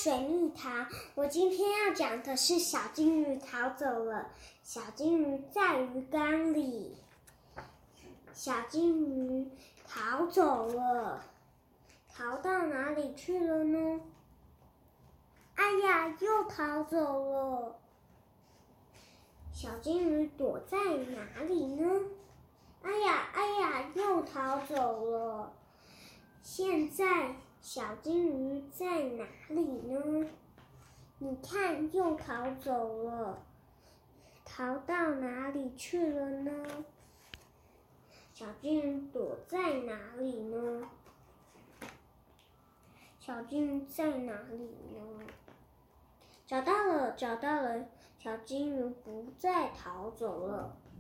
水蜜桃。我今天要讲的是小金鱼逃走了。小金鱼在鱼缸里，小金鱼逃走了，逃到哪里去了呢？哎呀，又逃走了。小金鱼躲在哪里呢？哎呀，又逃走了。现在小金鱼在哪里呢？你看，又逃走了，逃到哪里去了呢？小金鱼躲在哪里呢？小金鱼在哪里呢？找到了，小金鱼不再逃走了。